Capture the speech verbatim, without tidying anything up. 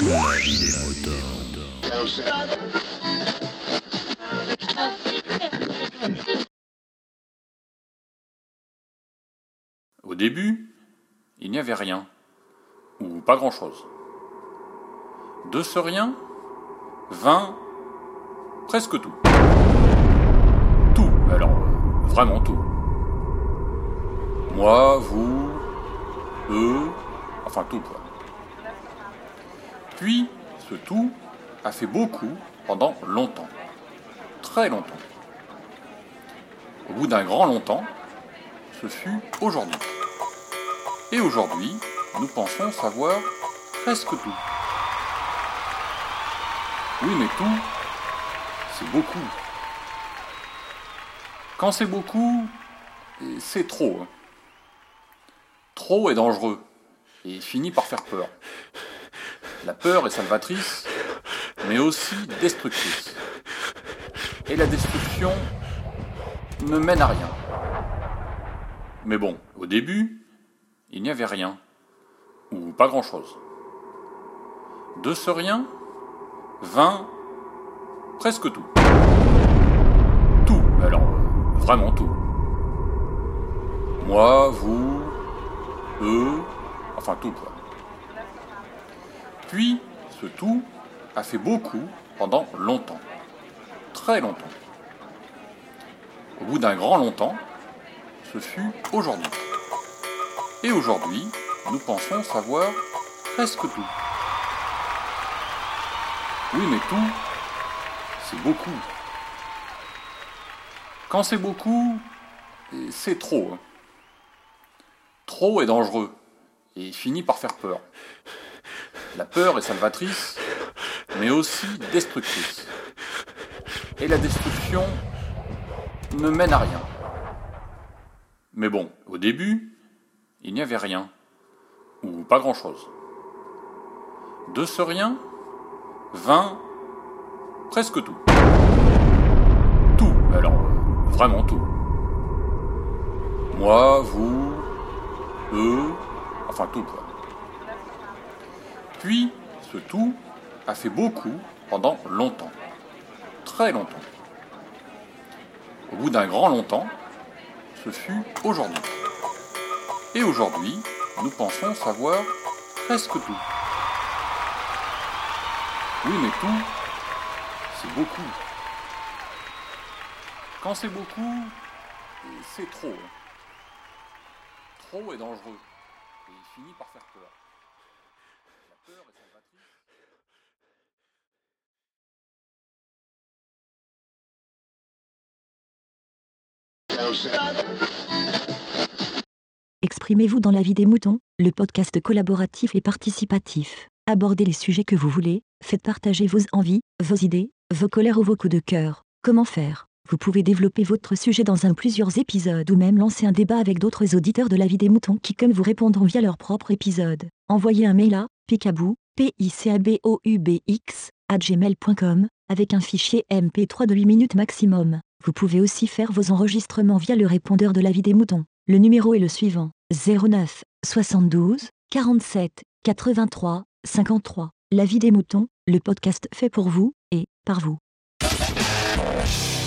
La vie des moutons. Au début, il n'y avait rien, ou pas grand-chose. De ce rien, vint presque tout. Tout, alors vraiment tout. Moi, vous, eux, enfin tout quoi. Puis, ce tout a fait beaucoup pendant longtemps, très longtemps. Au bout d'un grand longtemps, ce fut aujourd'hui. Et aujourd'hui, nous pensons savoir presque tout. Oui, mais tout, c'est beaucoup. Quand c'est beaucoup, c'est trop. Trop est dangereux et finit par faire peur. La peur est salvatrice, mais aussi destructrice. Et la destruction ne mène à rien. Mais bon, au début, il n'y avait rien, ou pas grand-chose. De ce rien, vint presque tout. Tout, alors vraiment tout. Moi, vous, eux, enfin tout quoi. Puis, ce tout a fait beaucoup pendant longtemps, très longtemps. Au bout d'un grand longtemps, ce fut aujourd'hui. Et aujourd'hui, nous pensons savoir presque tout. Oui, mais tout, c'est beaucoup. Quand c'est beaucoup, c'est trop. Trop est dangereux et finit par faire peur. La peur est salvatrice, mais aussi destructrice. Et la destruction ne mène à rien. Mais bon, au début, il n'y avait rien, ou pas grand-chose. De ce rien, vint presque tout. Tout, alors vraiment tout. Moi, vous, eux, enfin tout quoi. Puis, ce tout a fait beaucoup pendant longtemps, très longtemps. Au bout d'un grand longtemps, ce fut aujourd'hui. Et aujourd'hui, nous pensons savoir presque tout. Oui, mais tout, c'est beaucoup. Quand c'est beaucoup, c'est trop. Trop est dangereux et finit par faire peur. La peur est salvatrice. Exprimez-vous dans la vie des moutons, le podcast collaboratif et participatif. Abordez les sujets que vous voulez, faites partager vos envies, vos idées, vos colères ou vos coups de cœur. Comment faire ? Vous pouvez développer votre sujet dans un ou plusieurs épisodes ou même lancer un débat avec d'autres auditeurs de la vie des moutons qui comme vous répondront via leur propre épisode. Envoyez un mail à picaboo, p i c a b o u b x, arobase gmail point com, avec un fichier M P trois de huit minutes maximum. Vous pouvez aussi faire vos enregistrements via le répondeur de la vie des moutons. Le numéro est le suivant, zéro neuf soixante-douze quarante-sept quatre-vingt-trois cinquante-trois. La vie des moutons, le podcast fait pour vous et par vous.